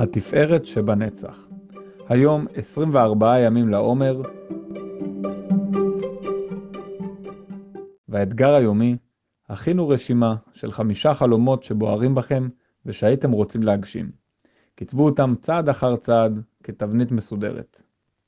התפארת שבנצח. היום 24 ימים לעומר, והאתגר היומי, הכינו רשימה של 5 חלומות שבוערים בכם ושהייתם רוצים להגשים. כתבו אותם צעד אחר צעד כתבנית מסודרת.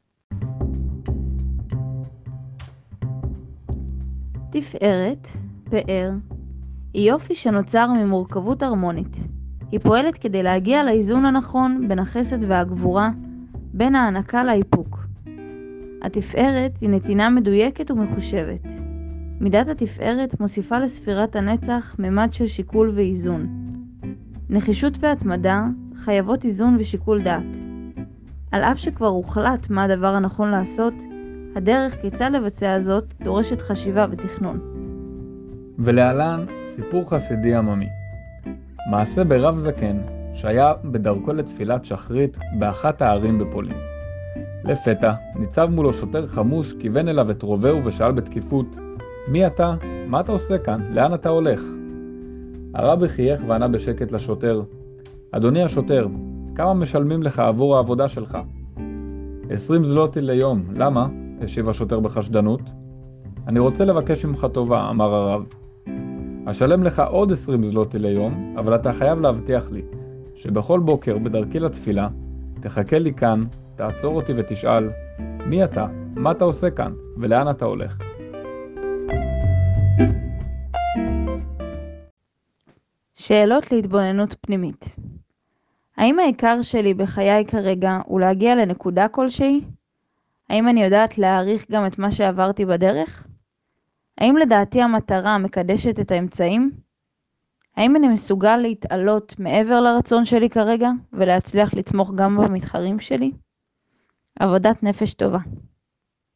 תפארת, פאר, היא יופי שנוצר ממורכבות הרמונית. היא פועלת כדי להגיע לאיזון הנכון בין החסד והגבורה, בין הענקה לאיפוק. התפארת היא נתינה מדויקת ומחושבת. מידת התפארת מוסיפה לספירת הנצח ממד של שיקול ואיזון. נחישות והתמדה חייבות איזון ושיקול דעת. על אף שכבר הוחלט מה הדבר הנכון לעשות, הדרך כיצד לבצע זאת דורשת חשיבה ותכנון. ולהלן סיפור חסידי עממי. מעשה ברב זקן שהיה בדרכו לתפילת שחרית באחת הערים בפולין. לפתע ניצב מולו שוטר חמוש, כיוון אליו את רובהו ושאל בתקיפות, מי אתה? מה אתה עושה כאן? לאן אתה הולך? הרבי חייך וענה בשקט לשוטר, אדוני השוטר, כמה משלמים לך עבור העבודה שלך? 20 זלוטי ליום, למה? השיב השוטר בחשדנות. אני רוצה לבקש ממך טובה, אמר הרב. אשלם לך עוד 20 זלוטי ליום, אבל אתה חייב להבטיח לי, שבכל בוקר בדרכי לתפילה, תחכה לי כאן, תעצור אותי ותשאל, מי אתה? מה אתה עושה כאן? ולאן אתה הולך? שאלות להתבוננות פנימית. האם העיקר שלי בחיי כרגע הוא להגיע לנקודה כלשהי? האם אני יודעת להעריך גם את מה שעברתי בדרך? האם לדעתי המטרה מקדשת את האמצעים? האם אני מסוגל להתעלות מעבר לרצון שלי כרגע ולהצליח לתמוך גם במתחרים שלי? עבודת נפש טובה.